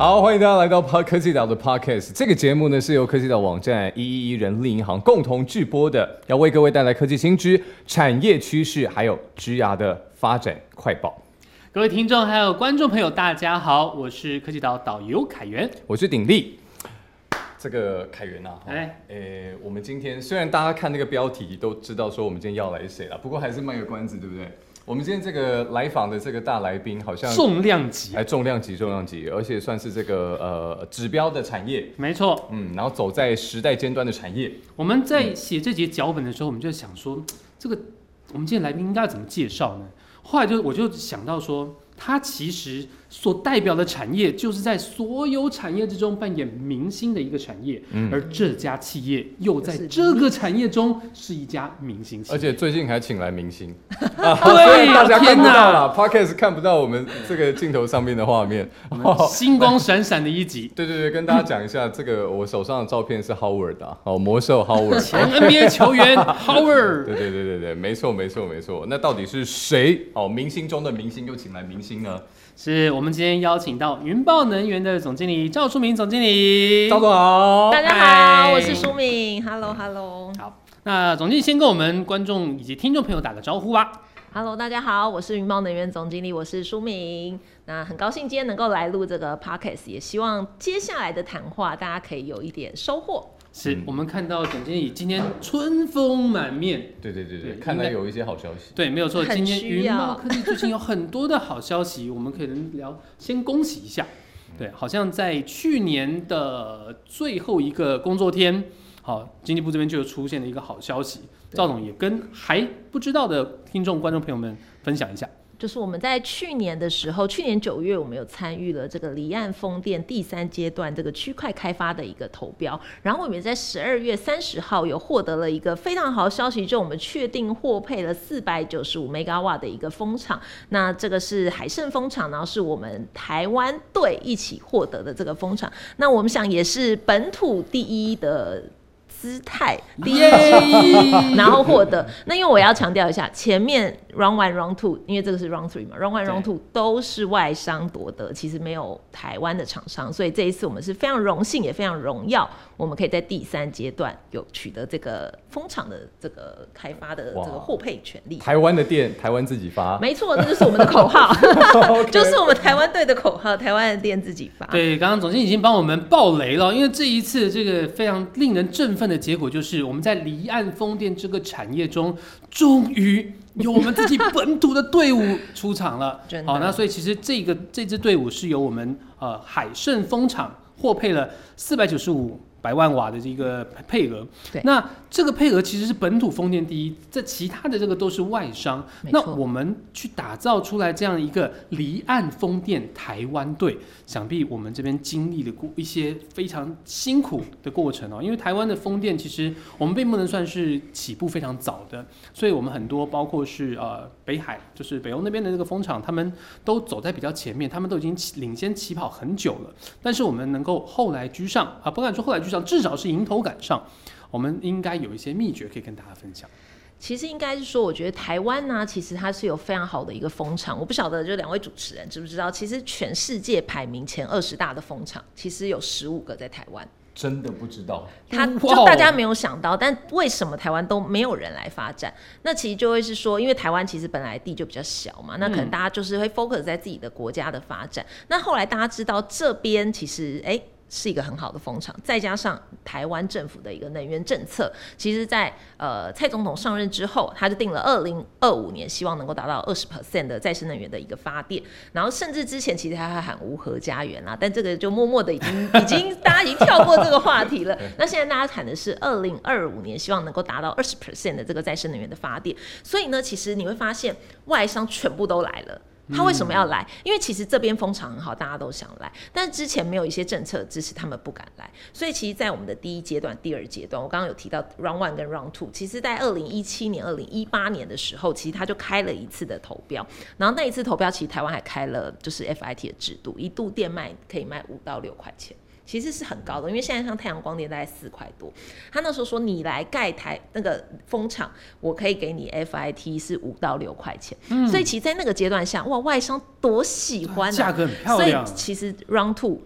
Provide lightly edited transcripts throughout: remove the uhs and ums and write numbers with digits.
好，欢迎大家来到科技岛的 Podcast。这个节目呢是由科技岛网站111人力银行共同制播的，要为各位带来科技新知、产业趋势，还有职涯的发展快报。 各位听众还有观众朋友，大家好，我是科技岛导游凯源， 我是鼎力。这个凯源啊，我们今天虽然大家看那个标题都知道说我们今天要来谁了，不过还是卖个关子，对不对？我们今天这个来访的这个大来宾好像重量级， 重量级，而且算是这个指标的产业， 没错， 然后走在时代尖端的产业。 我们在写这节脚本的时候，我们就想说，这个我们今天来宾应该怎么介绍呢？后来我就想到说，他其实所代表的产业，就是在所有产业之中扮演明星的一个产业，而这家企业又在这个产业中是一家明星企业， 而且最近还请来明星，对，大家看不到啦 ，Podcast 看不到我们这个镜头上面的画面， 星光闪闪的一集。 对，跟大家讲一下，这个我手上的照片是 Howard 啊，魔兽 Howard， 前 NBA 球员 Howard。 对，没错。那到底是谁？明星中的明星又请来明星呢？ 是我们今天邀请到云豹能源的总经理赵淑敏总经理。 赵总好， 大家好，我是淑敏 ，Hello。 好，那总经理先跟我们观众以及听众朋友打个招呼吧。 Hello， 大家好，我是云豹能源总经理，我是淑敏。那很高兴今天能够来录这个 Podcast， 也希望接下来的谈话大家可以有一点收获。 是我们看到总经理今天春风满面， 对，看来有一些好消息。 对，没有错，今天云豹科技最近有很多的好消息，我们可以聊，先恭喜一下。对，好像在去年的最后一个工作天，好，经济部这边就出现了一个好消息，赵总也跟还不知道的听众、观众朋友们分享一下。 就是我们在去年的时候，去年9月，我们有参与了这个离岸风电第3阶段这个区块开发的一个投标，然后我们在12月30号有获得了一个非常好的消息，就我们确定获配了495 MW 的一个风场，那这个是海盛风场，然后是我们台湾队一起获得的这个风场，那我们想也是本土第一的姿态，第一然后获得。那因为我要强调一下，前面 Round 1 Round 2， 因为这个是 Round 3嘛， Round 1 Round 2都是外商夺得，其实没有台湾的厂商，所以这一次我们是非常荣幸也非常荣耀，我们可以在第3阶段有取得这个风场的这个开发的这个获配权利。 台湾的电，台湾自己发， 没错，这就是我们的口号就是我们台湾队的口号，台湾的电自己发。 对，刚刚总经理已经帮我们爆雷了，因为这一次这个非常令人振奋的结果就是我们在离岸风电这个产业中，终于有我们自己本土的队伍出场了。好，那所以其实这支队伍是由我们海盛风场获配了495百万瓦的这个配额。那这个配额其实是本土风电第一，这其他的这个都是外商。那我们去打造出来这样一个离岸风电台湾队，想必我们这边经历了一些非常辛苦的过程哦。因为台湾的风电其实我们并不能算是起步非常早的，所以我们很多包括是北海，就是北欧那边的这个风场，他们都走在比较前面，他们都已经领先起跑很久了。但是我们能够后来居上啊，不敢说后来居上，至少是迎头赶上。我们应该有一些秘诀可以跟大家分享。 其实应该是说，我觉得台湾呢，其实它是有非常好的一个风场。我不晓得就2位主持人知不知道，其实全世界排名前20大的风场，其实有15个在台湾。 真的不知道， 就大家没有想到，但为什么台湾都没有人来发展？那其实就会是说，因为台湾其实本来地就比较小嘛，那可能大家就是会 focus 在自己的国家的发展。那后来大家知道这边其实是一个很好的风场，再加上台湾政府的一个能源政策，其实在蔡总统上任之后，他就定了2025年希望能够达到20% 的再生能源的一个发电，然后甚至之前其实他还喊无核家园啦，但这个就默默的已经大家已经跳过这个话题了。那现在大家谈的是2025年希望能够达到20% 的这个再生能源的发电，所以呢，其实你会发现外商全部都来了。他为什么要来？因为其实这边风场很好，大家都想来，但之前没有一些政策支持，他们不敢来。所以其实，在我们的第1阶段、第2阶段，我刚刚有提到 Round 1跟 Round 2，其实在2017年、2018年的时候，其实他就开了一次的投标，然后那一次投标，其实台湾还开了就是 FIT 的制度，一度电卖可以卖5到6块钱。其实是很高的，因为现在像太阳光电大概4块多，他那时候说你来盖那个风场，我可以给你 FIT 是5到6块钱，所以其实在那个阶段下，哇，外商多喜欢啊， 价格很漂亮。 所以其实 Round 2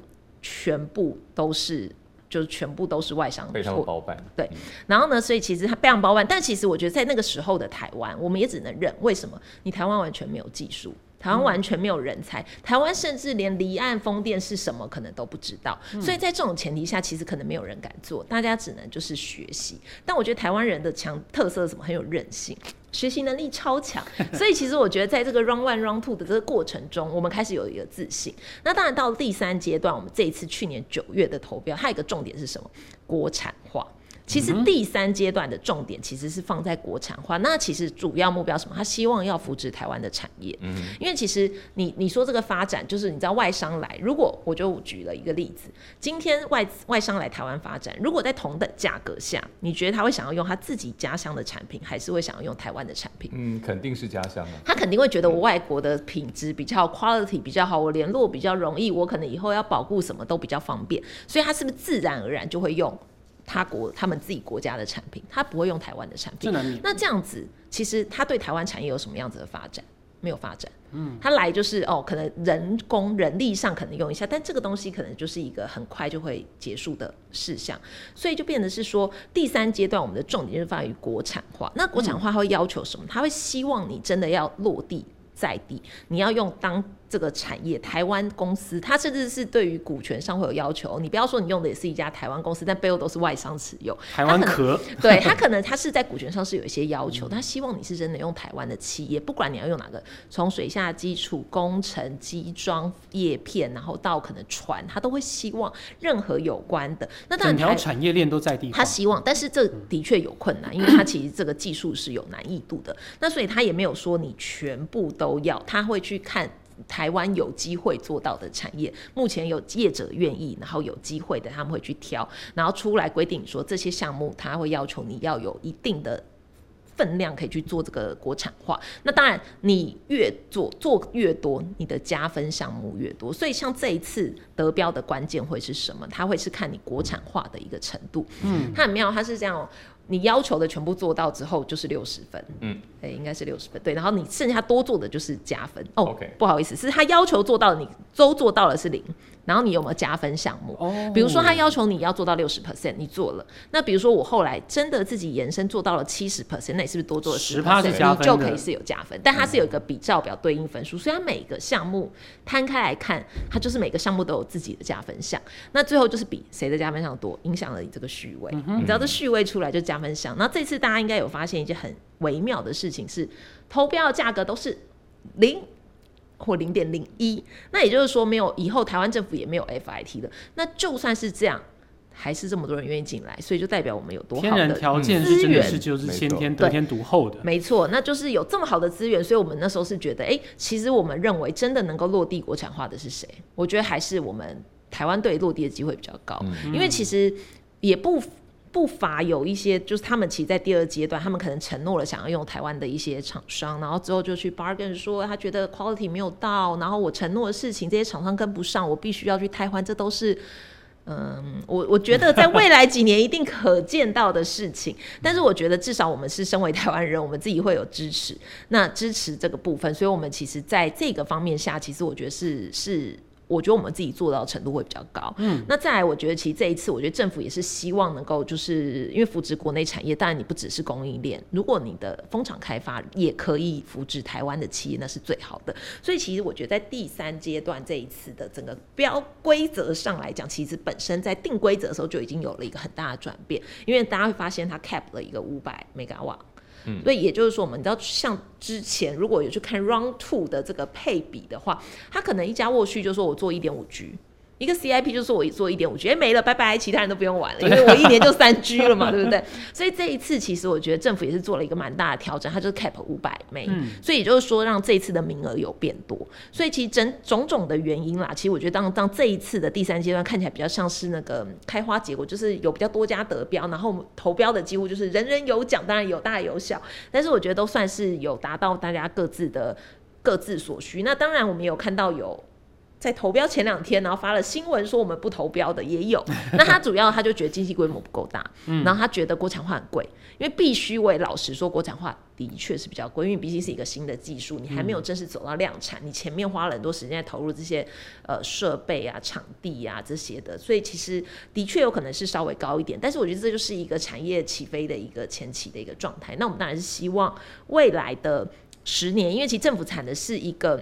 全部都是外商被他们包办。 对，然后呢，所以其实它非常包办，但其实我觉得在那个时候的台湾，我们也只能认，为什么？你台湾完全没有技术。台湾完全没有人才，台湾甚至连离岸风电是什么可能都不知道，所以在这种前提下，其实可能没有人敢做，大家只能就是学习。但我觉得台湾人的特色是什么？很有韧性，学习能力超强，所以其实我觉得在这个 Round 1 Round 2的这个过程中，我们开始有一个自信。那当然到了第3阶段，我们这一次去年9月的投标，它有一个重点是什么？国产化。其实第3阶段的重点其实是放在国产化，那其实主要目标是什么？他希望要扶植台湾的产业，因为其实你说这个发展，就是你知道外商来，如果我就举了一个例子，今天外商来台湾发展，如果在同等价格下，你觉得他会想要用他自己家乡的产品，还是会想要用台湾的产品？ 肯定是家乡啊。 他肯定会觉得我外国的品质比较好 ，quality 比较好，我联络比较容易，我可能以后要保护什么都比较方便，所以他是不是自然而然就会用他们自己国家的产品，他不会用台湾的产品？那这样子，其实他对台湾产业有什么样子的发展？没有发展。他来就是可能人力上可能用一下，但这个东西可能就是一个很快就会结束的事项，所以就变得是说，第3阶段我们的重点就是放于国产化。那国产化会要求什么？他会希望你真的要落地在地，你要用当这个产业台湾公司，它甚至是对于股权上会有要求。你不要说你用的也是一家台湾公司，但背后都是外商持有台湾壳， 对，它是在股权上是有一些要求，他希望你是真的用台湾的企业，不管你要用哪个，从水下基础工程、机装、叶片，然后到可能船，他都会希望任何有关的。那当然整条产业链都在地化， 他希望，但是这的确有困难，因为他其实这个技术是有难易度的。那所以他也没有说你全部都要，他会去看台湾有机会做到的产业，目前有业者愿意，然后有机会的他们会去挑，然后出来规定说这些项目他会要求你要有一定的分量可以去做这个国产化。那当然你越做越多，你的加分项目越多，所以像这一次得标的关键会是什么？它会是看你国产化的一个程度。它很妙，它是这样你要求的全部做到之后就是60分，应该是60分，对，然后你剩下多做的就是加分。不好意思，是他要求做到的你都做到了是0，然后你有没有加分项目？比如说他要求你要做到60%，你做了，那比如说我后来真的自己延伸做到了70%，那你是不是多做了10%？你就可以是有加分，但它是有一个比照表对应分数，所以它每个项目摊开来看，它就是每个项目都有自己的加分项，那最后就是比谁的加分项多，影响了你这个序位。你知道这序位出来就加分项。那这次大家应该有发现一件很微妙的事情是，投标的价格都是0或0.01，那也就是说以后台湾政府也没有 FIT 了。那就算是这样，还是这么多人愿意进来，所以就代表我们有多好的资源。 天然条件是真的是就是先天得天独厚的， 没错，那就是有这么好的资源，所以我们那时候是觉得，其实我们认为真的能够落地国产化的是谁？我觉得还是我们台湾队落地的机会比较高，因为其实也不乏有一些，就是他们其实在第2阶段，他们可能承诺了想要用台湾的一些厂商，然后之后就去 bargain 说他觉得 quality 没有到，然后我承诺的事情这些厂商跟不上，我必须要去汰换，这都是我觉得在未来几年一定可见到的事情。但是我觉得至少我们是身为台湾人，我们自己会有支持，那支持这个部分，所以我们其实在这个方面下，其实我觉得我觉得我们自己做到的程度会比较高。那再来，我觉得其实这一次，我觉得政府也是希望能够，就是因为扶植国内产业，当然你不只是供应链，如果你的风场开发也可以扶植台湾的企业，那是最好的。所以其实我觉得在第3阶段这一次的整个标规则上来讲，其实本身在定规则的时候就已经有了一个很大的转变，因为大家会发现它 cap 了一个500 megawatt。所以也就是说，我们知道像之前如果有去看 Round 2的这个配比的话，他可能一家沃旭就说我做 1.5G， 一个 CIP 就说我做 1.5G， 没了，拜拜，其他人都不用玩了，因为我1年就3G 了嘛，对不对？所以这一次其实我觉得政府也是做了一个蛮大的调整，它就是 cap 500枚，所以也就是说让这一次的名额有变多。所以其实种种的原因啦，其实我觉得当这一次的第3阶段看起来比较像是那个开花结果，就是有比较多家得标，然后投标的几乎就是人人有奖，当然有大有小，但是我觉得都算是有达到大家各自所需。那当然我们有看到有在投标前2天，然后发了新闻说我们不投标的也有。那他主要他就觉得经济规模不够大，然后他觉得国产化很贵，因为必须我也老实说，国产化的确是比较贵，因为毕竟是一个新的技术，你还没有正式走到量产，你前面花了很多时间在投入这些设备啊、场地啊这些的，所以其实的确有可能是稍微高一点，但是我觉得这就是一个产业起飞的一个前期的一个状态。那我们当然是希望未来的10年，因为其实政府产的是一个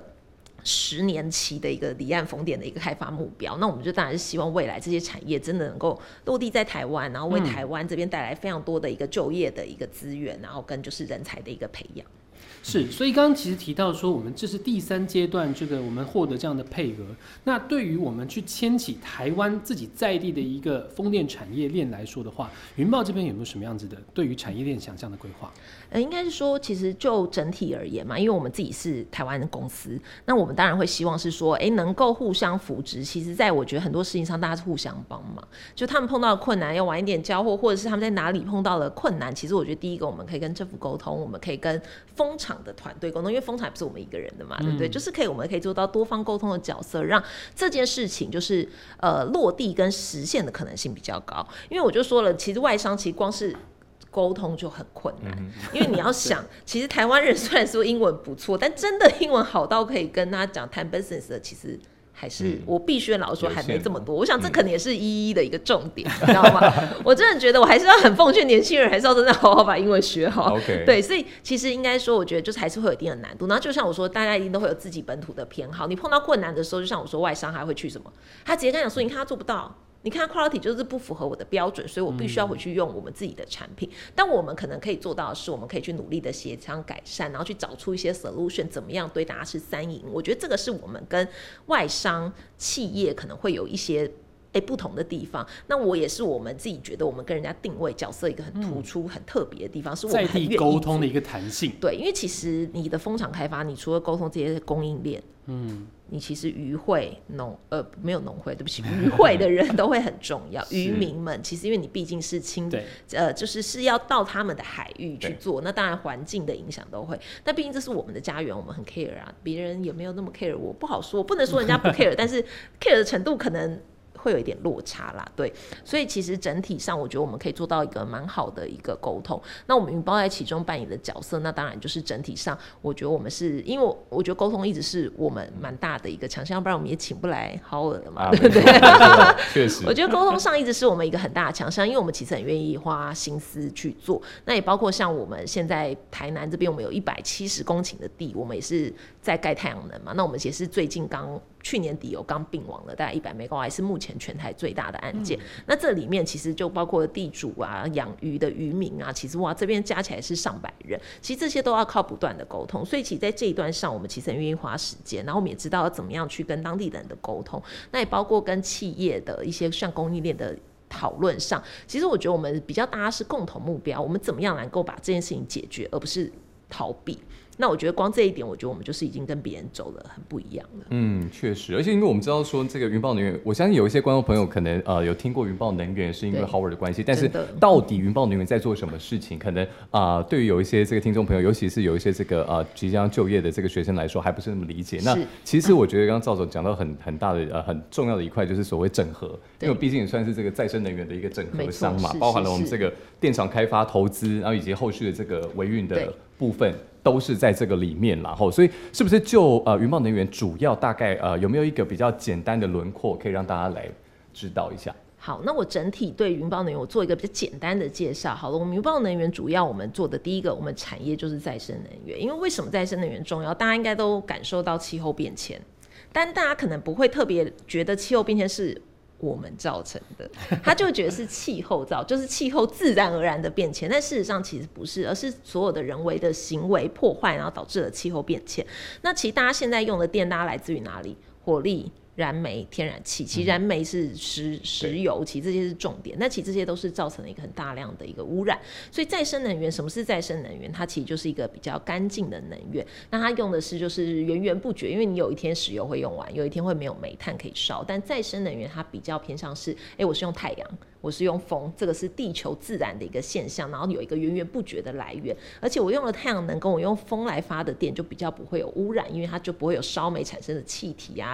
10年期的一个离岸风电的一个开发目标，那我们就当然是希望未来这些产业真的能够落地在台湾，然后为台湾这边带来非常多的一个就业的一个资源，然后跟就是人才的一个培养。 是，所以刚刚其实提到说，我们这是第3阶段，这个我们获得这样的配额。那对于我们去牵起台湾自己在地的一个风电产业链来说的话，云豹这边有没有什么样子的对于产业链想象的规划？ 应该是说，其实就整体而言嘛，因为我们自己是台湾的公司，那我们当然会希望是说，能够互相扶植。其实，在我觉得很多事情上，大家是互相帮忙。就他们碰到的困难，要晚一点交货，或者是他们在哪里碰到了困难，其实我觉得第一个，我们可以跟政府沟通，我们可以跟风场的团队沟通，因为风场也不是我们一个人的嘛，对不对？就是我们可以做到多方沟通的角色，让这件事情就是落地跟实现的可能性比较高。因为我就说了，其实外商其实光是沟通就很困难，因为你要想，其实台湾人虽然说英文不错，但真的英文好到可以跟他讲谈 business 的，其实还是我必须老实说还没这么多。我想这可能也是一的一个重点，你知道吗？我真的觉得我还是要很奉劝年轻人，还是要真的好好把英文学好。对，所以其实应该说，我觉得就是还是会有一定的难度。然后就像我说，大家一定都会有自己本土的偏好。你碰到困难的时候，就像我说，外商还会去什么？他直接跟你讲说，你看他做不到。你看 quality 就是不符合我的标准，所以我必须要回去用我们自己的产品。但我们可能可以做到的是，我们可以去努力的协商改善，然后去找出一些 solution， 怎么样对大家是3赢。我觉得这个是我们跟外商企业可能会有一些不同的地方。那我也是我们自己觉得我们跟人家定位角色一个很突出、很特别的地方，是我们很愿意在地沟通的一个弹性。 对，因为其实你的风场开发，你除了沟通这些供应链，你其实渔会没有农会，对不起，渔会的人都会很重要。渔民们其实因为你毕竟是就是要到他们的海域去做，那当然环境的影响都会。但毕竟这是我们的家园，我们很 care 啊，别人有没有那么 care 我不好说，我不能说人家不 care， 但是 care 的程度可能会有一点落差啦，对，所以其实整体上我觉得我们可以做到一个蛮好的一个沟通。那我们云豹在其中扮演的角色，那当然就是整体上我觉得我们是因为我觉得沟通一直是我们蛮大的一个强项，要不然我们也请不来豪尔了嘛，对不对？ 确实， 我觉得沟通上一直是我们一个很大的强项，因为我们其实很愿意花心思去做。那也包括像我们现在台南这边，我们有170公顷的地，我们也是在盖太阳能嘛，那我们也是最近去年底刚并网了大概100 MW， 是目前全台最大的案件。那这里面其实就包括地主啊、养鱼的渔民啊，其实这边加起来是上百人，其实这些都要靠不断的沟通。所以其实在这一段上，我们其实很愿意花时间，然后我们也知道要怎么样去跟当地的人的沟通，那也包括跟企业的一些像供应链的讨论上，其实我觉得我们比较大家是共同目标，我们怎么样能够把这件事情解决，而不是逃避。那我觉得光这一点，我觉得我们就是已经跟别人走了很不一样了。 确实，而且因为我们知道说这个云豹能源，我相信有一些观众朋友可能有听过云豹能源，是因为 Howard 的关系，但是到底云豹能源在做什么事情，可能对于有一些这个听众朋友，尤其是有一些这个即将就业的这个学生来说，还不是那么理解。那其实我觉得刚刚赵总讲到很大的很重要的一块，就是所谓整合，因为毕竟也算是这个再生能源的一个整合商嘛，包含了我们这个电厂开发投资，然后以及后续的这个维运的部分。都是在这个里面啦，所以是不是就云豹能源主要大概有没有一个比较简单的轮廓，可以让大家来知道一下？ 好，那我整体对云豹能源我做一个比较简单的介绍。好了，我们云豹能源主要我们做的第一个，我们产业就是再生能源。因为为什么再生能源重要？大家应该都感受到气候变迁，但大家可能不会特别觉得气候变迁是我们造成的，他就觉得是气候就是气候自然而然的变迁，但事实上其实不是，而是所有的人为的行为破坏，然后导致了气候变迁。那其实大家现在用的电，大家来自于哪里？火力、燃煤、天然气，其实燃煤是石油，其实这些是重点，那其实这些都是造成了一个很大量的一个污染。所以再生能源，什么是再生能源？它其实就是一个比较干净的能源，那它用的是就是源源不绝，因为你有一天石油会用完，有一天会没有煤炭可以烧，但再生能源它比较偏向是我是用太阳，我是用风，这个是地球自然的一个现象，然后有一个源源不绝的来源，而且我用了太阳能跟我用风来发的电就比较不会有污染，因为它就不会有烧煤产生的气体啊、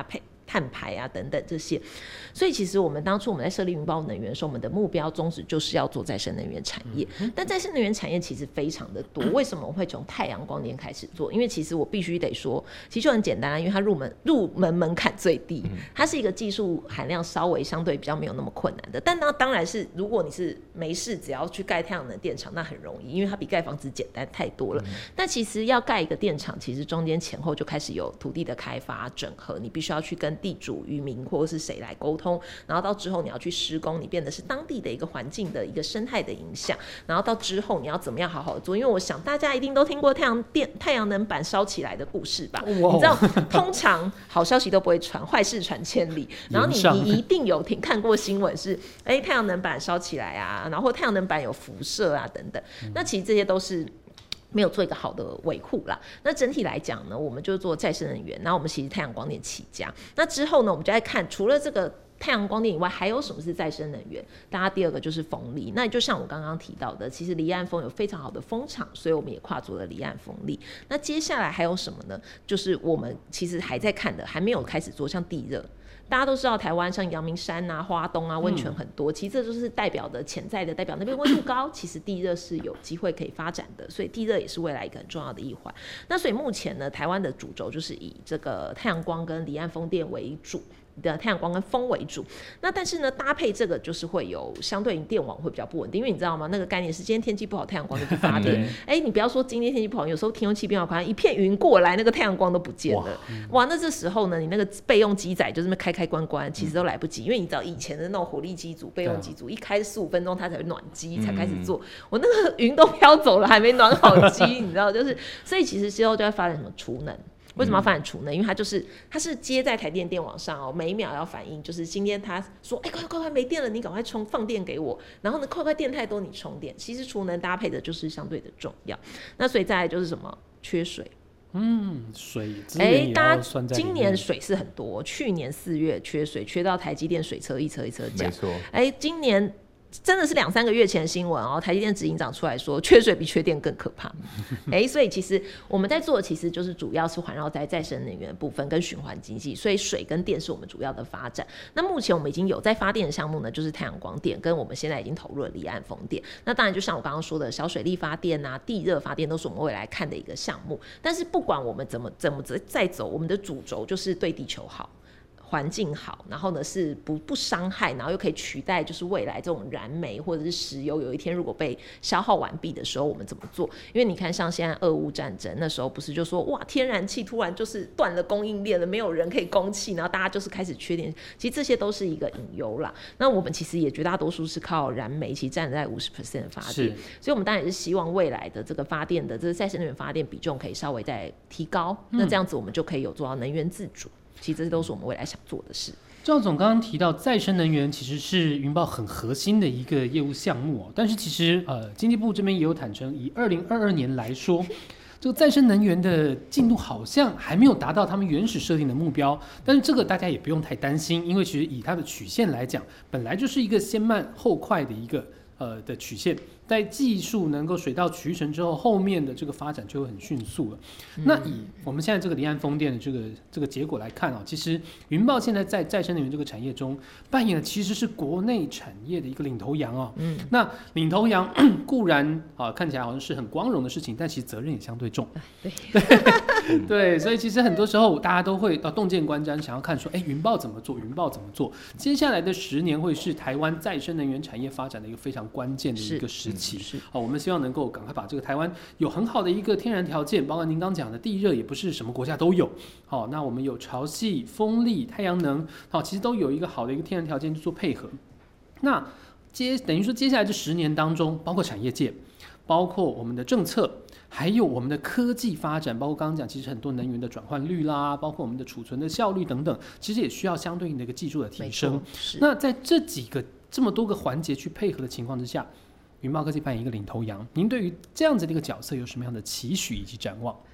碳排啊等等这些。所以其实我们当初我们在设立云豹能源的时候，我们的目标宗旨就是要做再生能源产业。但再生能源产业其实非常的多，为什么我会从太阳光电开始做？因为其实我必须得说，其实就很简单，因为它入门门槛最低，它是一个技术含量稍微相对比较没有那么困难的。但那当然是如果你是没事只要去盖太阳能电厂，那很容易，因为它比盖房子简单太多了。但其实要盖一个电厂，其实中间前后就开始有土地的开发整合，你必须要去跟地主、渔民或者是谁来沟通，然后到之后你要去施工，你变得是当地的一个环境的一个生态的影响，然后到之后你要怎么样好好的做？因为我想大家一定都听过太阳能板烧起来的故事吧？你知道，通常好消息都不会传，坏事传千里。然后你一定有看过新闻是，太阳能板烧起来啊，然后太阳能板有辐射啊等等。那其实这些都是没有做一个好的维护啦。那整体来讲呢，我们就做再生能源，然后我们其实太阳光电起家。那之后呢，我们就在看除了这个太阳光电以外，还有什么是再生能源？大家第二个就是风力。那就像我刚刚提到的，其实离岸风有非常好的风场，所以我们也跨足了离岸风力。那接下来还有什么呢？就是我们其实还在看的，还没有开始做，像地热。大家都知道台湾像阳明山啊、花东啊温泉很多，其实这就是代表的潜在的代表那边温度高，其实地热是有机会可以发展的，所以地热也是未来一个很重要的一环。那所以目前呢，台湾的主轴就是以这个太阳光跟离岸风电为主。的太阳光跟风为主，那但是呢，搭配这个就是会有相对电网会比较不稳定，因为你知道吗？那个概念是今天天气不好，太阳光就不发电。你不要说今天天气不好，有时候天气变化快，一片云过来，那个太阳光都不见了。哇，那这时候呢，你那个备用机载就是开关，其实都来不及，因为你知道以前的那种火力机组、备用机组，一开15分钟它才会暖机，才开始做。我那个云都飘走了，还没暖好机，你知道，就是所以其实之后就会发展什么储能。为什么要发展储能？因为它是接在台电电网上哦，每秒要反应，就是今天他说，快没电了，你赶快放电给我，然后呢，快电太多，你充电。其实储能搭配的就是相对的重要。那所以再来就是什么？缺水。 水资源也要算在里面。 今年水是很多，去年4月缺水，缺到台积电水车一车一车讲。 没错。 今年。真的是2-3个月前的新闻哦，台积电执行长出来说，缺水比缺电更可怕。所以其实我们在做的其实就是主要是环绕在再生能源的部分跟循环经济，所以水跟电是我们主要的发展。那目前我们已经有在发电的项目呢，就是太阳光电，跟我们现在已经投入了离岸风电。那当然就像我刚刚说的小水力发电啊、地热发电都是我们未来看的一个项目。但是不管我们怎么再走，我们的主轴就是对地球好。环境好，然后呢是不伤害，然后又可以取代就是未来这种燃煤或者是石油，有一天如果被消耗完毕的时候，我们怎么做？因为你看，像现在俄乌战争那时候，不是就说哇，天然气突然就是断了供应链了，没有人可以供气，然后大家就是开始缺电。其实这些都是一个隐忧啦。那我们其实也绝大多数是靠燃煤，其实占在50% 的发电，所以我们当然也是希望未来的这个发电的这个再生能源发电比重可以稍微再提高，那这样子我们就可以有做到能源自主。其实这些都是我们未来想做的事。 赵总刚刚提到再生能源其实是云豹很核心的一个业务项目但是其实经济部这边也有坦诚，以2022年来说，这个再生能源的进度好像还没有达到他们原始设定的目标，但是这个大家也不用太担心，因为其实以它的曲线来讲，本来就是一个先慢后快的一个的曲线，在技术能够水到渠成之后，后面的这个发展就会很迅速了。那以我们现在这个离岸风电的这个结果来看其实云豹现在在再生能源这个产业中扮演的其实是国内产业的一个领头羊那领头羊固然看起来好像是很光荣的事情，但其实责任也相对重。对，所以其实很多时候大家都会洞见观瞻，想要看说，云豹怎么做，云豹怎么做。接下来的10年会是台湾再生能源产业发展的一个非常关键的一个时期。我们希望能够赶快把这个台湾有很好的一个天然条件，包括您刚讲的地热，也不是什么国家都有。那我们有潮汐、风力、太阳能，其实都有一个好的一个天然条件去做配合。那等于说接下来这10年当中，包括产业界，包括我们的政策，还有我们的科技发展，包括刚刚讲其实很多能源的转换率啦，包括我们的储存的效率等等，其实也需要相对应的一个技术的提升。那在这么多个环节去配合的情况之下，云豹科技扮演一个领头羊，您对于这样子的一个角色有什么样的期许以及展望？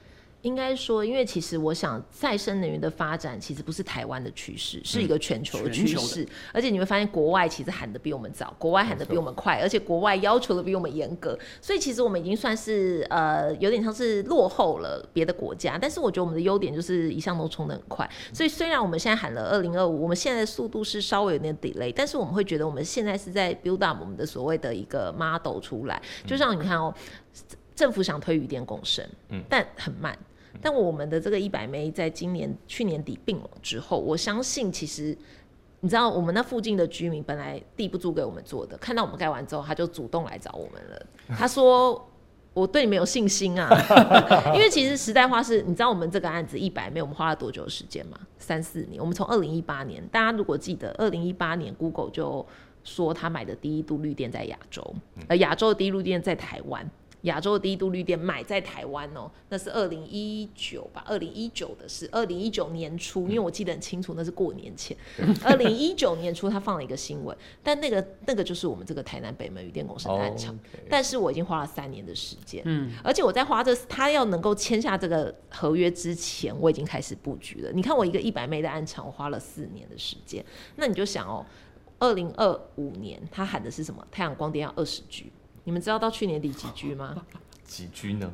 应该说，因为其实我想再生能源的发展其实不是台湾的趋势，是一个全球的趋势。而且你会发现，国外其实喊得比我们早，国外喊得比我们快，而且国外要求的比我们严格。所以其实我们已经算是有点像是落后了别的国家。但是我觉得我们的优点就是一向都冲得很快。所以虽然我们现在喊了2025，我们现在的速度是稍微有点 delay， 但是我们会觉得我们现在是在 build up 我们的所谓的一个 model 出来。就像你看哦，政府想推渔电共生，但很慢。但我们的这个100枚在去年底并网之后，我相信其实你知道我们那附近的居民本来地不租给我们做的，看到我们盖完之后，他就主动来找我们了。他说我对你们有信心啊，因为其实时代化是，你知道我们这个案子100枚我们花了多久的时间吗？3-4年。我们从2018年，大家如果记得2018年 Google 就说他买的第一度绿电在亚洲，亚洲的第一度绿电在台湾。亚洲的第一度绿电买在台湾哦，那是2019吧，2019的是2019年初，因为我记得很清楚，那是过年前。2019年初他放了一个新闻，但那个就是我们这个台南北门渔电共生的案场，但是我已经花了3年的时间，而且我在花他要能够签下这个合约之前，我已经开始布局了。你看我一个100枚的案场，我花了4年的时间，那你就想哦，2025年他喊的是什么？太阳光电要20G。你们知道到去年底几 G 吗？ 几 G 呢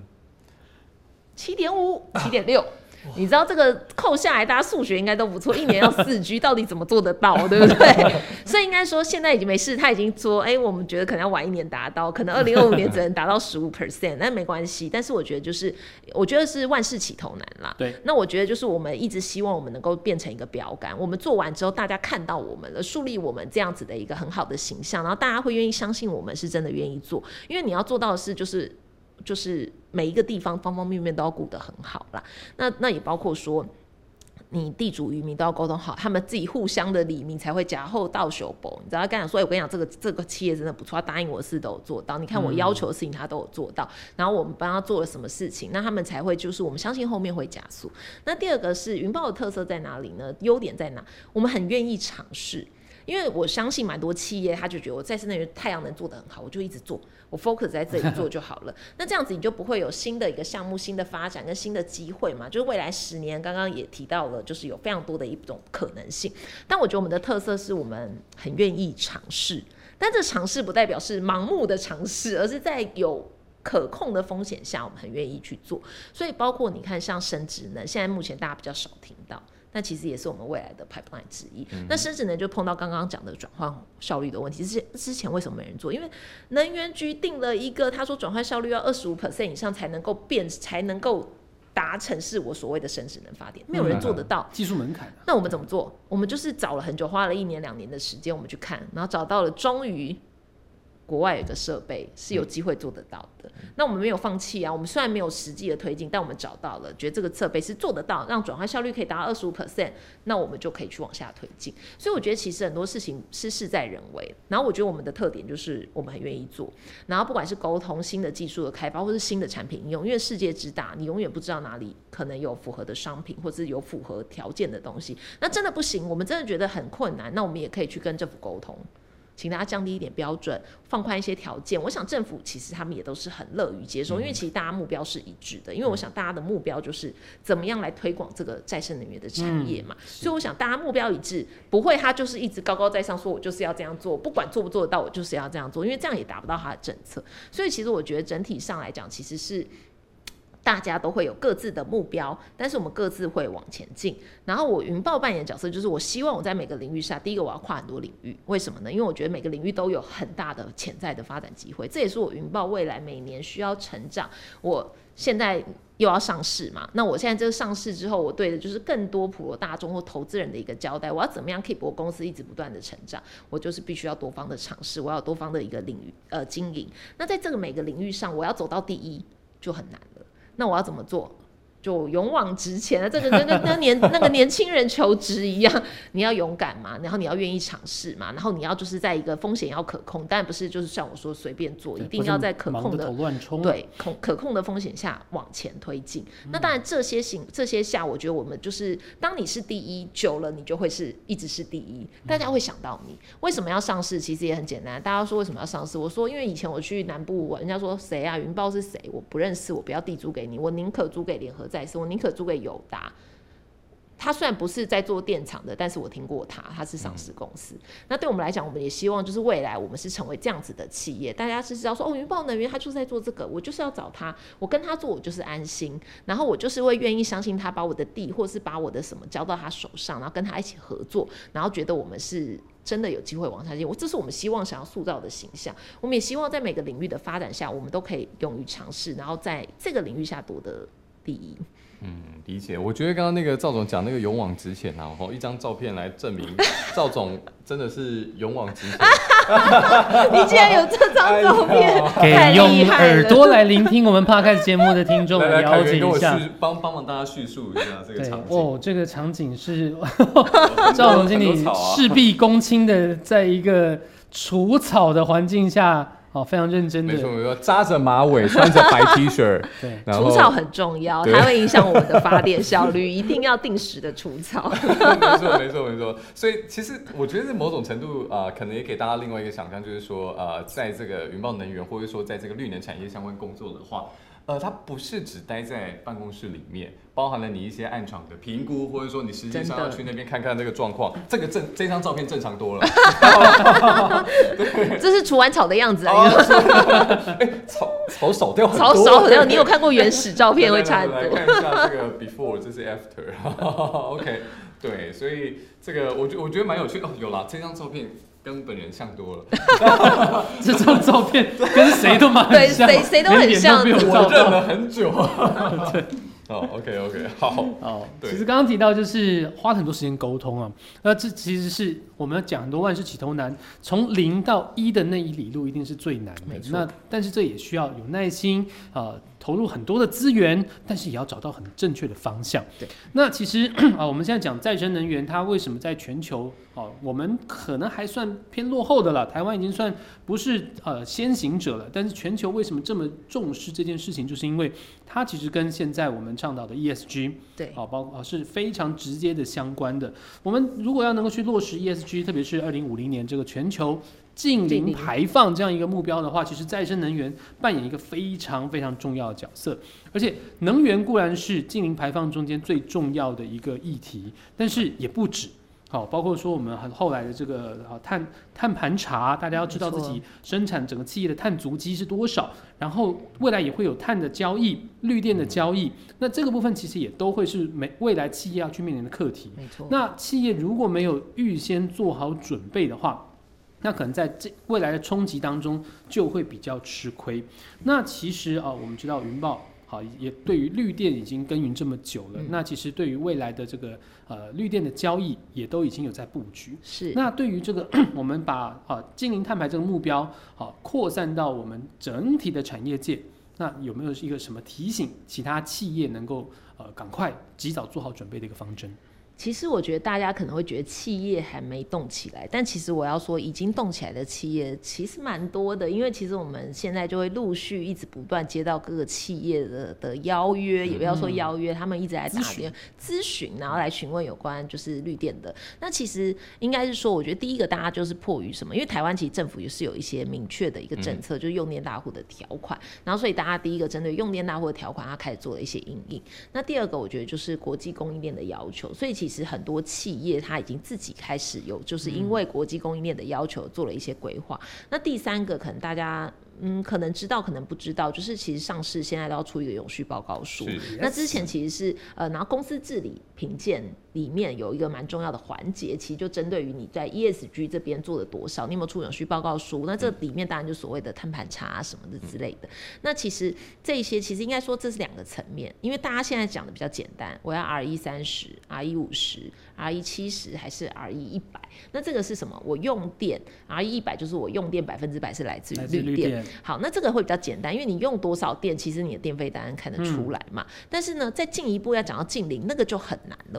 ？7.5、7.6。你知道这个扣下来，大家数学应该都不错，一年要4G，到底怎么做得到，对不对？所以应该说现在已经没事，他已经说，我们觉得可能要晚1年达到，可能2025年只能达到15%，但没关系。但是我觉得是万事起头难啦。 对。 那我觉得就是我们一直希望我们能够变成一个标杆，我们做完之后，大家看到我们了，树立我们这样子的一个很好的形象，然后大家会愿意相信我们是真的愿意做，因为你要做到的是就是每一个地方方方面面都要顾得很好啦。那也包括说，你地主渔民都要沟通好，他们自己互相的理民才会假后到手薄。你知道他跟他说，我跟你讲，这个企业真的不错，他答应我的事都有做到。你看我要求的事情他都有做到，然后我们帮他做了什么事情，那他们才会就是我们相信后面会加速。那第二个是云豹的特色在哪里呢？优点在哪？我们很愿意尝试。因为我相信蛮多企业，他就觉得我再生能源太阳能做得很好，我就一直做，我 focus 在这里做就好了。那这样子你就不会有新的一个项目、新的发展跟新的机会嘛？就是未来10年，刚刚也提到了，就是有非常多的一种可能性。但我觉得我们的特色是我们很愿意尝试，但这尝试不代表是盲目的尝试，而是在有可控的风险下，我们很愿意去做。所以包括你看，像生质能，现在目前大家比较少听到。那其实也是我们未来的 pipeline 之一。那生质能就碰到刚刚讲的转换效率的问题。之前为什么没人做？因为能源局定了一个，他说转换效率要25% 以上才能够达成是我所谓的生质能发电，没有人做得到， 技术门槛。 那我们怎么做？我们就是找了很久，花了1年2年的时间，我们去看，然后找到了，终于国外有一个设备是有机会做得到的。那我们没有放弃啊，我们虽然没有实际的推进，但我们找到了，觉得这个设备是做得到，让转换效率可以达到25%，那我们就可以去往下推进。所以我觉得其实很多事情是事在人为，然后我觉得我们的特点就是我们很愿意做，然后不管是沟通新的技术的开发，或是新的产品应用，因为世界之大，你永远不知道哪里可能有符合的商品，或是有符合条件的东西。那真的不行，我们真的觉得很困难，那我们也可以去跟政府沟通，请大家降低一点标准，放宽一些条件。我想政府其实他们也都是很乐于接受，因为其实大家目标是一致的。因为我想大家的目标就是怎么样来推广这个再生能源的产业嘛，所以我想大家目标一致，不会他就是一直高高在上说我就是要这样做，不管做不做得到，我就是要这样做，因为这样也达不到他的政策。所以其实我觉得整体上来讲，其实是大家都会有各自的目标，但是我们各自会往前进。然后我云豹扮演的角色就是，我希望我在每个领域下，第一个我要跨很多领域。为什么呢？因为我觉得每个领域都有很大的潜在的发展机会，这也是我云豹未来每年需要成长。我现在又要上市嘛，那我现在这个上市之后，我对的就是更多普罗大众或投资人的一个交代。我要怎么样 keep 我公司一直不断的成长？我就是必须要多方的尝试，我要有多方的一个领域经营。那在这个每个领域上，我要走到第一就很难了。那我要怎么做？就勇往直前，这个跟那个年轻人求职一样，你要勇敢嘛，然后你要愿意尝试嘛，然后你要就是在一个风险要可控，但不是就是像我说随便做，一定要在可控的对可控的风险下往前推进。那当然这些下，我觉得我们就是当你是第一久了，你就会是一直是第一，大家会想到你。为什么要上市？其实也很简单，大家说为什么要上市？我说因为以前我去南部，人家说谁啊，云豹是谁？我不认识，我不要地租给你，我宁可租给联合再生，我宁可租给友达。他虽然不是在做电厂的，但是我听过他是上市公司。那对我们来讲，我们也希望就是未来我们是成为这样子的企业，大家是知道说云豹能源他就是在做这个，我就是要找他，我跟他做我就是安心，然后我就是会愿意相信他把我的地或是把我的什么交到他手上，然后跟他一起合作，然后觉得我们是真的有机会往下进，这是我们希望想要塑造的形象。我们也希望在每个领域的发展下，我们都可以勇于尝试，然后在这个领域下夺得第一。 理解。我觉得刚刚那个赵总讲那个勇往直前啊，一张照片来证明赵总真的是勇往直前。 你竟然有这张照片， 给用耳朵来聆听我们 Podcast 节目的听众来了解一下， 帮忙大家叙述一下这个场景。 这个场景是赵总经理事必躬亲的，在一个除草的环境下。非常认真的， 没错，扎着马尾，穿着白 T 恤， 对，除草很重要，它会影响我们的发电效率，一定要定时的除草。 没错。所以其实我觉得某种程度可能也给大家另外一个想象，就是说在这个云豹能源或者说在这个绿能产业相关工作的话。它不是只待在办公室里面，包含了你一些暗场的评估，或者说你实际上要去那边看看这个状况。这张照片正常多了。 这是除完草的样子啊！ 草少掉很多。 草少掉，你有看过原始照片会差很多。 来看一下这个 before， 这是 after。OK， 对，所以这个我觉得蛮有趣哦。有啦，这张照片。跟本人像多了， 这张照片跟谁都蛮像， 对，谁都很像， 我认了很久。对，OK， 好， 其实刚刚提到就是花很多时间沟通啊，那这其实是我们要讲很多万事起头难，从0到1的那一里路一定是最难的。那但是这也需要有耐心投入很多的资源，但是也要找到很正确的方向。 对， 那其实我们现在讲再生能源，它为什么在全球我们可能还算偏落后的了，台湾已经算不是先行者了，但是全球为什么这么重视这件事情，就是因为它其实跟现在我们倡导的 ESG 对包括是非常直接的相关的。我们如果要能够去落实 ESG， 特别是2050年这个全球净零排放这样一个目标的话，其实再生能源扮演一个非常非常重要的角色。而且能源固然是净零排放中间最重要的一个议题，但是也不止。包括说我们后来的这个碳盘查，大家要知道自己生产整个企业的碳足迹是多少，然后未来也会有碳的交易、绿电的交易，那这个部分其实也都会是未来企业要去面临的课题。 没错。那企业如果没有预先做好准备的话，那可能在未来的冲击当中就会比较吃亏。那其实我们知道云豹也对于绿电已经耕耘这么久了，那其实对于未来的这个绿电的交易也都已经有在布局。 是。 那对于这个我们把净零碳排这个目标扩散到我们整体的产业界，那有没有一个什么提醒其他企业能够赶快及早做好准备的一个方针？ 其实我觉得大家可能会觉得企业还没动起来，但其实我要说已经动起来的企业其实蛮多的，因为其实我们现在就会陆续一直不断接到各个企业的邀约，也不要说邀约，他们一直来打电咨询，然后来询问有关就是绿电的。那其实应该是说，我觉得第一个大家就是迫于什么？因为台湾其实政府也是有一些明确的一个政策，就是用电大户的条款，然后所以大家第一个针对用电大户的条款，他开始做了一些因应。那第二个我觉得就是国际供应链的要求，所以其实很多企业它已经自己开始有，就是因为国际供应链的要求做了一些规划。那第三个可能大家可能知道可能不知道，就是其实上市现在都要出一个永续报告书。那之前其实是然后公司治理评鉴里面有一个蛮重要的环节，其实就针对于你在 ESG 这边做了多少，你有没有出永续报告书，那这里面当然就所谓的碳盘查什么的之类的。那其实这些其实应该说这是两个层面，因为大家现在讲的比较简单，我要 RE30、RE50、RE70 还是 RE100， 那这个是什么？我用电 RE100 就是我用电100%是来自于绿电。好，那这个会比较简单，因为你用多少电，其实你的电费当然看得出来嘛。但是呢，再进一步要讲到净零，那个就很难了。为什么？因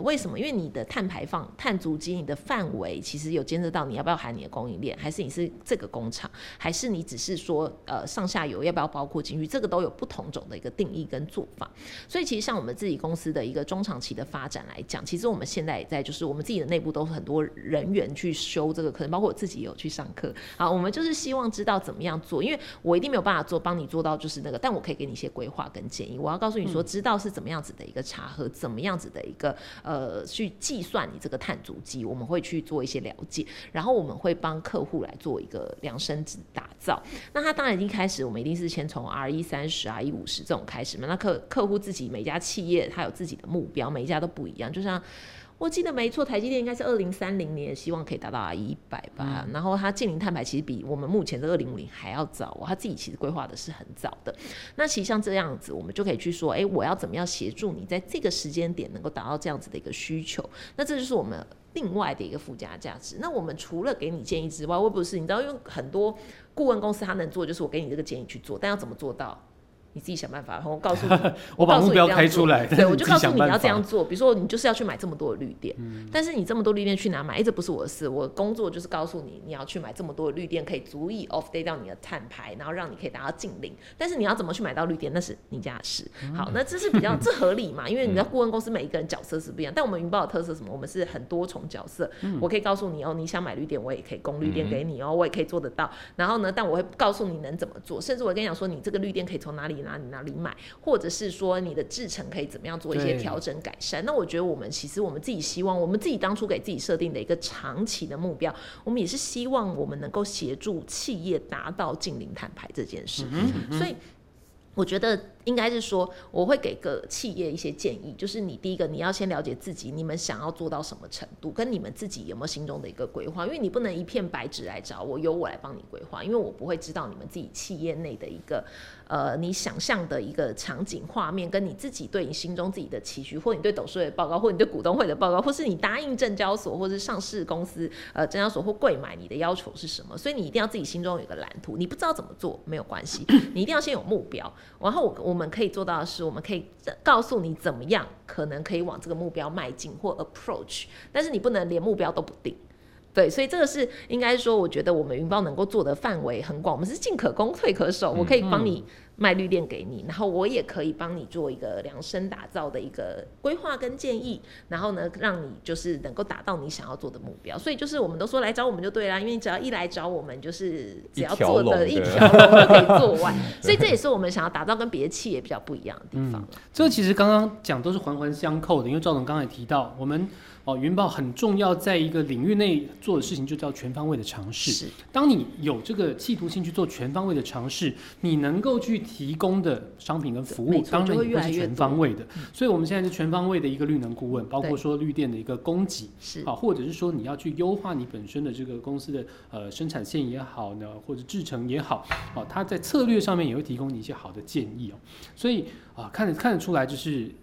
因为你的碳排放、碳足迹、你的范围其实有监测到你要不要含你的供应链，还是你是这个工厂，还是你只是说上下游要不要包括进去，这个都有不同种的一个定义跟做法。所以其实像我们自己公司的一个中长期的发展来讲，其实我们现在也在就是我们自己的内部都是很多人员去修这个课程，包括我自己也有去上课。好，我们就是希望知道怎么样做，因为我一定没有办法帮你做到就是那个，但我可以给你一些规划跟建议。我要告诉你说，知道是怎么样子的一个查核，怎么样子的一个去计算你这个碳足迹，我们会去做一些了解，然后我们会帮客户来做一个量身打造。那他当然一开始我们一定是先从 RE30、RE50 这种开始嘛。那客户自己每家企业他有自己的目标，每一家都不一样。就像我记得没错，台积电应该是2030年希望可以达到 RE100 吧，然后它净零碳排其实比我们目前的2050还要早他自己其实规划的是很早的。那其实像这样子，我们就可以去说，我要怎么样协助你在这个时间点能够达到这样子的一个需求，那这就是我们另外的一个附加价值。那我们除了给你建议之外，会不是你知道，因为很多顾问公司他能做就是我给你这个建议去做，但要怎么做到？你自己想办法，然后我告诉你， 我把目标开出来， 对，我就告诉你要这样做。比如说，你就是要去买这么多的绿电，但是你这么多绿电去哪买？这不是我的事，我工作就是告诉你，你要去买这么多的绿电，可以足以 offset 掉你的碳排，然后让你可以达到净零。但是你要怎么去买到绿电，那是你家的事。好，那这是比较这合理嘛？因为你知道顾问公司每一个人角色是不一样，但我们云豹的特色是什么？我们是很多重角色。我可以告诉你你想买绿电，我也可以供绿电给你我也可以做得到。然后呢，但我会告诉你能怎么做，甚至我跟你讲说，你这个绿电可以从哪里买。或者是说你的制程可以怎么样做一些调整改善。那我觉得其实我们自己希望，我们自己当初给自己设定的一个长期的目标，我们也是希望我们能够协助企业达到净零碳排这件事。所以我觉得应该是说，我会给个企业一些建议，就是你第一个，你要先了解自己，你们想要做到什么程度，跟你们自己有没有心中的一个规划，因为你不能一片白纸来找我，由我来帮你规划，因为我不会知道你们自己企业内的一个你想象的一个场景画面，跟你自己对你心中自己的期许，或你对董事会的报告，或你对股东会的报告，或是你答应证交所或是上市公司证交所或柜买你的要求是什么，所以你一定要自己心中有一个蓝图，你不知道怎么做没有关系，你一定要先有目标，然后我们可以做到的是，我们可以告诉你怎么样可能可以往这个目标迈进或 approach， 但是你不能连目标都不定。对，所以这个是应该说，我觉得我们云豹能够做的范围很广，我们是进可攻退可守，我可以帮你卖绿电给你，然后我也可以帮你做一个量身打造的一个规划跟建议，然后呢，让你就是能够达到你想要做的目标。所以就是我们都说来找我们就对啦，因为你只要一来找我们，就是只要做的一条龙就可以做完。所以这也是我们想要打造跟别的企业比较不一样的地方。 这个其实刚刚讲都是环环相扣的，因为赵总刚才提到我们。云豹很重要，在一个领域内做的事情就叫全方位的尝试。当你有这个企图心去做全方位的尝试，你能够去提供的商品跟服务，当然也会是全方位的。所以我们现在是全方位的一个绿能顾问，包括说绿电的一个供给，或者是说你要去优化你本身的这个公司的生产线也好呢，或者制程也好，它在策略上面也会提供你一些好的建议所以看得出来，就是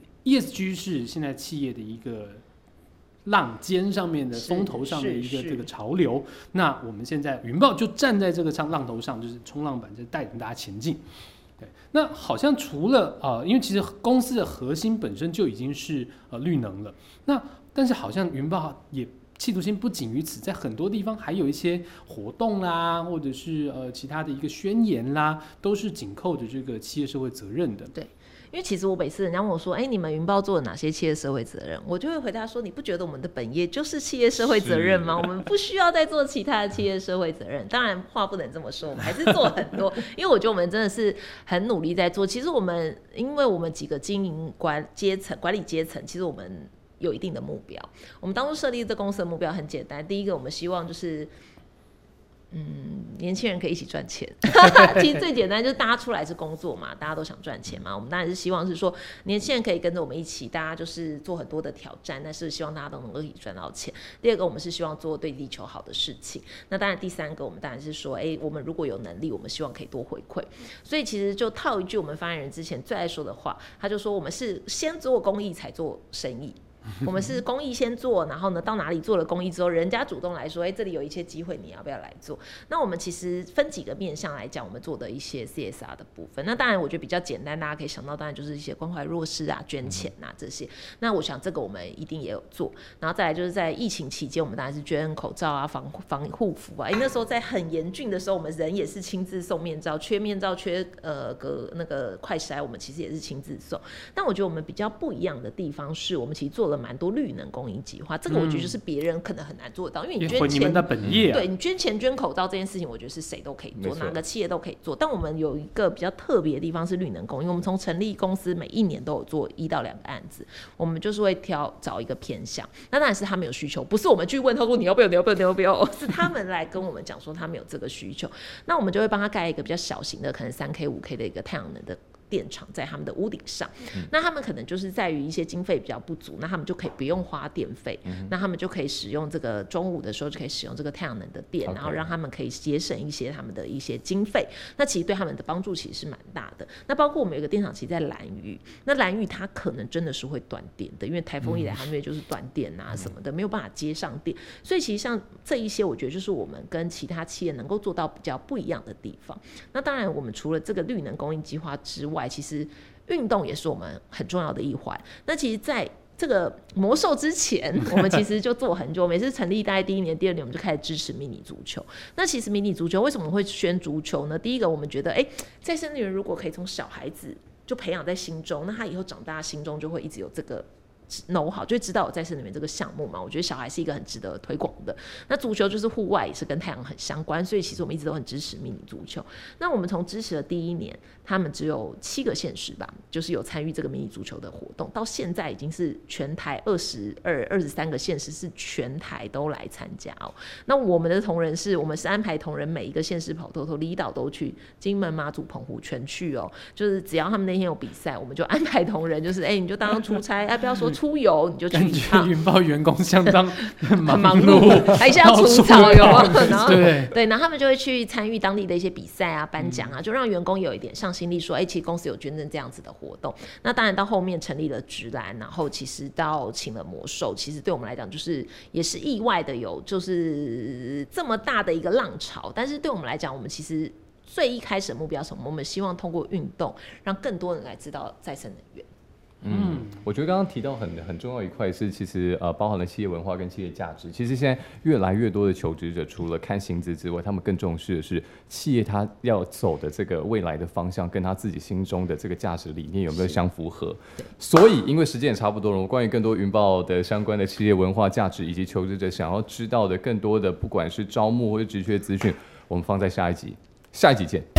ESG 是现在企业的一个浪尖上面的风头上的一个这个潮流，那我们现在云豹就站在这个浪头上，就是冲浪板，就带领大家前进。对，那好像除了因为其实公司的核心本身就已经是绿能了，那但是好像云豹也企图心不仅于此，在很多地方还有一些活动啦，或者是其他的一个宣言啦，都是紧扣着这个企业社会责任的。 对。因为其实我每次人家问我说，你们云豹做了哪些企业社会责任，我就会回答说，你不觉得我们的本业就是企业社会责任吗？我们不需要再做其他的企业社会责任。当然话不能这么说，我们还是做很多，因为我觉得我们真的是很努力在做。其实因为我们几个经营管理阶层，其实我们有一定的目标。我们当初设立这公司的目标很简单，第一个我们希望就是年轻人可以一起赚钱其实最简单就是大家出来是工作嘛，大家都想赚钱嘛，我们当然是希望是说年轻人可以跟着我们一起，大家就是做很多的挑战，但是希望大家都能够一起赚到钱。第二个我们是希望做对地球好的事情，那当然第三个我们当然是说我们如果有能力，我们希望可以多回馈。所以其实就套一句我们发言人之前最爱说的话，他就说我们是先做公益才做生意我们是公益先做，然后呢到哪里做了公益之后，人家主动来说，这里有一些机会，你要不要来做？那我们其实分几个面向来讲，我们做的一些 CSR 的部分。那当然我觉得比较简单，大家可以想到，当然就是一些关怀弱势啊、捐钱啊这些。那我想这个我们一定也有做。然后再来就是在疫情期间，我们当然是捐口罩啊、防护服啊。那时候在很严峻的时候，我们人也是亲自送面罩，缺面罩、缺那个快筛，我们其实也是亲自送。但我觉得我们比较不一样的地方是，我们其实做了蛮多绿能公益计划。这个我觉得就是别人可能很难做得到，因为你捐钱， 你们的本业对你捐钱捐口罩这件事情，我觉得是谁都可以做，哪个企业都可以做。但我们有一个比较特别的地方是绿能公益，我们从成立公司每一年都有做1到2个案子，我们就是会找一个偏向。那当然是他们有需求，不是我们去问他说你要不要，是他们来跟我们讲说他们有这个需求，那我们就会帮他盖一个比较小型的，可能3K、5K 的一个太阳能的电厂在他们的屋顶上，那他们可能就是在于一些经费比较不足，那他们就可以不用花电费，那他们就可以使用这个中午的时候就可以使用这个太阳能的电，然后让他们可以节省一些他们的一些经费，那其实对他们的帮助其实是蛮大的。那包括我们有一个电厂其实在兰屿，那兰屿它可能真的是会断电的，因为台风一来它那边就是断电啊什么的，没有办法接上电，所以其实像这一些我觉得就是我们跟其他企业能够做到比较不一样的地方。那当然我们除了这个绿能供应计划之外，其实运动也是我们很重要的一环。那其实在这个魔兽之前，我们其实就做很久，每次成立大概第1年、第2年，我们就开始支持迷你足球。那其实迷你足球为什么会选足球呢？第一个，我们觉得，再生能源如果可以从小孩子就培养在心中，那他以后长大心中就会一直有这个know好，就会知道有再生能源这个项目嘛。我觉得小孩是一个很值得推广的。那足球就是户外，也是跟太阳很相关，所以其实我们一直都很支持迷你足球。那我们从支持的第1年，他们只有7个县市吧，就是有参与这个迷你足球的活动，到现在已经是全台23个县市是全台都来参加哦。那我们的同仁我们是安排同仁每一个县市跑透透，离岛都去，金门、马祖、澎湖全去哦。就是只要他们那天有比赛，我们就安排同仁，就是你就当出差，不要说出游，你就去一趟。 云豹员工相当很忙碌，还是要除草有吗？然后对， 然后他们就会去参与当地的一些比赛啊、颁奖啊，就让员工有一点上心力，说其实公司有捐赠这样子的活动。那当然到后面成立了职篮，然后其实到请了魔兽，其实对我们来讲就是也是意外的有就是这么大的一个浪潮。但是对我们来讲，我们其实最一开始的目标是什么？我们希望通过运动让更多人来知道再生能源。 我觉得刚刚提到很重要一块是，其实包含了企业文化跟企业价值。其实现在越来越多的求职者，除了看薪资之外，他们更重视的是企业他要走的这个未来的方向，跟他自己心中的这个价值理念有没有相符合。所以，因为时间也差不多了，关于更多云豹的相关的企业文化价值以及求职者想要知道的更多的，不管是招募或者职缺资讯，我们放在下一集见。